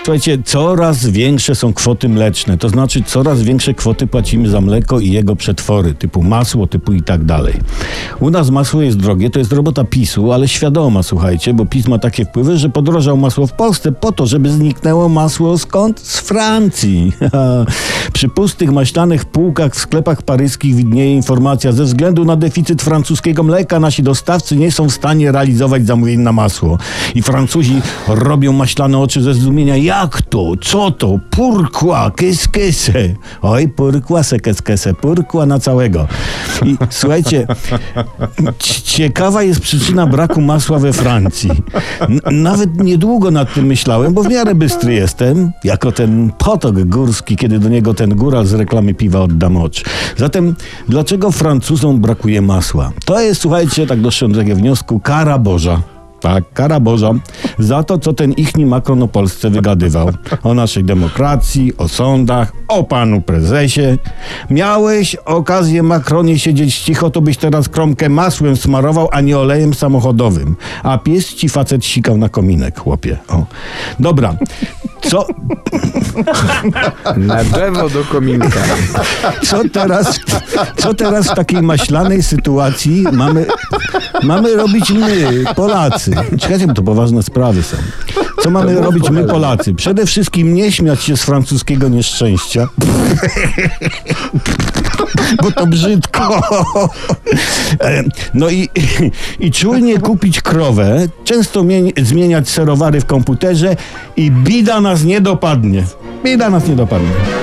Słuchajcie, coraz większe są kwoty mleczne, to znaczy coraz większe kwoty płacimy za mleko i jego przetwory, typu masło, typu i tak dalej. U nas masło jest drogie, to jest robota PiS-u, ale świadoma, słuchajcie, bo PiS ma takie wpływy, że podrożał masło w Polsce po to, żeby zniknęło masło skąd? Z Francji. Przy pustych maślanych półkach w sklepach paryskich widnieje informacja: ze względu na deficyt francuskiego mleka nasi dostawcy nie są w stanie realizować zamówień na masło. I Francuzi robią maślane oczy ze zdumienia. Jak to? Co to? Pourquoi? Qu'est-ce? Oj, pourquoi c'est pourquoi na całego. I słuchajcie, ciekawa jest przyczyna braku masła we Francji. Nawet niedługo nad tym myślałem, bo w miarę bystry jestem, jako ten potok górski, kiedy do niego ten góral z reklamy piwa odda mocz. Zatem dlaczego Francuzom brakuje masła? To jest, słuchajcie, tak doszedłem do takiego wniosku, kara Boża. Tak, kara Boża za to, co ten ichni Macron o Polsce wygadywał. O naszej demokracji, o sądach, o panu prezesie. Miałeś okazję, Macronie, siedzieć cicho, to byś teraz kromkę masłem smarował, a nie olejem samochodowym. A pies ci facet sikał na kominek, chłopie. O. Dobra, co... Na drzewo do kominka. Co teraz w takiej maślanej sytuacji mamy robić my, Polacy? Czekajcie, bo to poważne sprawy są. Co mamy robić my, Polacy? Przede wszystkim nie śmiać się z francuskiego nieszczęścia. Bo to brzydko. No i czujnie kupić krowę, często zmieniać serowary w komputerze i bida nas nie dopadnie. Bida nas nie dopadnie.